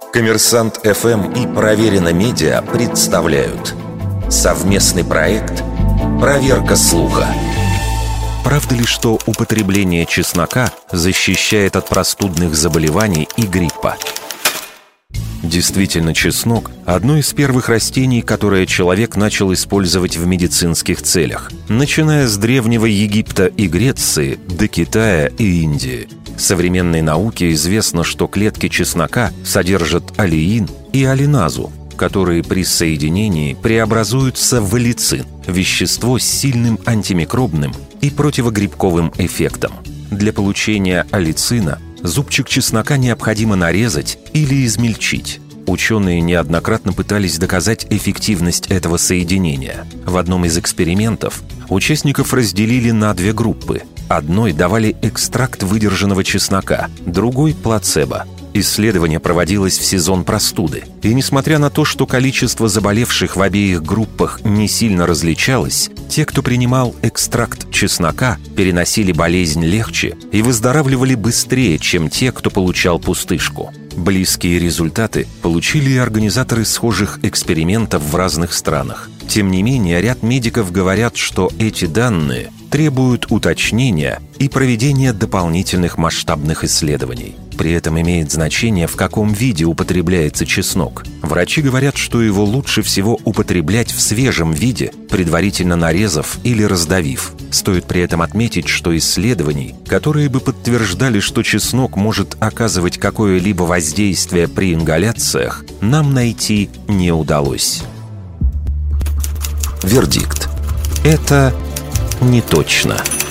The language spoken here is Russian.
Коммерсант ФМ и Проверено Медиа представляют совместный проект «Проверка слуха». Правда ли, что употребление чеснока защищает от простудных заболеваний и гриппа? Действительно, чеснок – одно из первых растений, которое человек начал использовать в медицинских целях, начиная с Древнего Египта и Греции до Китая и Индии. Современной науке известно, что клетки чеснока содержат алиин и алиназу, которые при соединении преобразуются в аллицин – вещество с сильным антимикробным и противогрибковым эффектом. Для получения аллицина зубчик чеснока необходимо нарезать или измельчить. Ученые неоднократно пытались доказать эффективность этого соединения. В одном из экспериментов участников разделили на две группы. Одной давали экстракт выдержанного чеснока, другой – плацебо. Исследование проводилось в сезон простуды. И несмотря на то, что количество заболевших в обеих группах не сильно различалось, те, кто принимал экстракт чеснока, переносили болезнь легче и выздоравливали быстрее, чем те, кто получал пустышку. Близкие результаты получили и организаторы схожих экспериментов в разных странах. Тем не менее, ряд медиков говорят, что эти данные требуют уточнения и проведения дополнительных масштабных исследований. При этом имеет значение, в каком виде употребляется чеснок. Врачи говорят, что его лучше всего употреблять в свежем виде, предварительно нарезав или раздавив. Стоит при этом отметить, что исследований, которые бы подтверждали, что чеснок может оказывать какое-либо воздействие при ингаляциях, нам найти не удалось. Вердикт. Это не точно.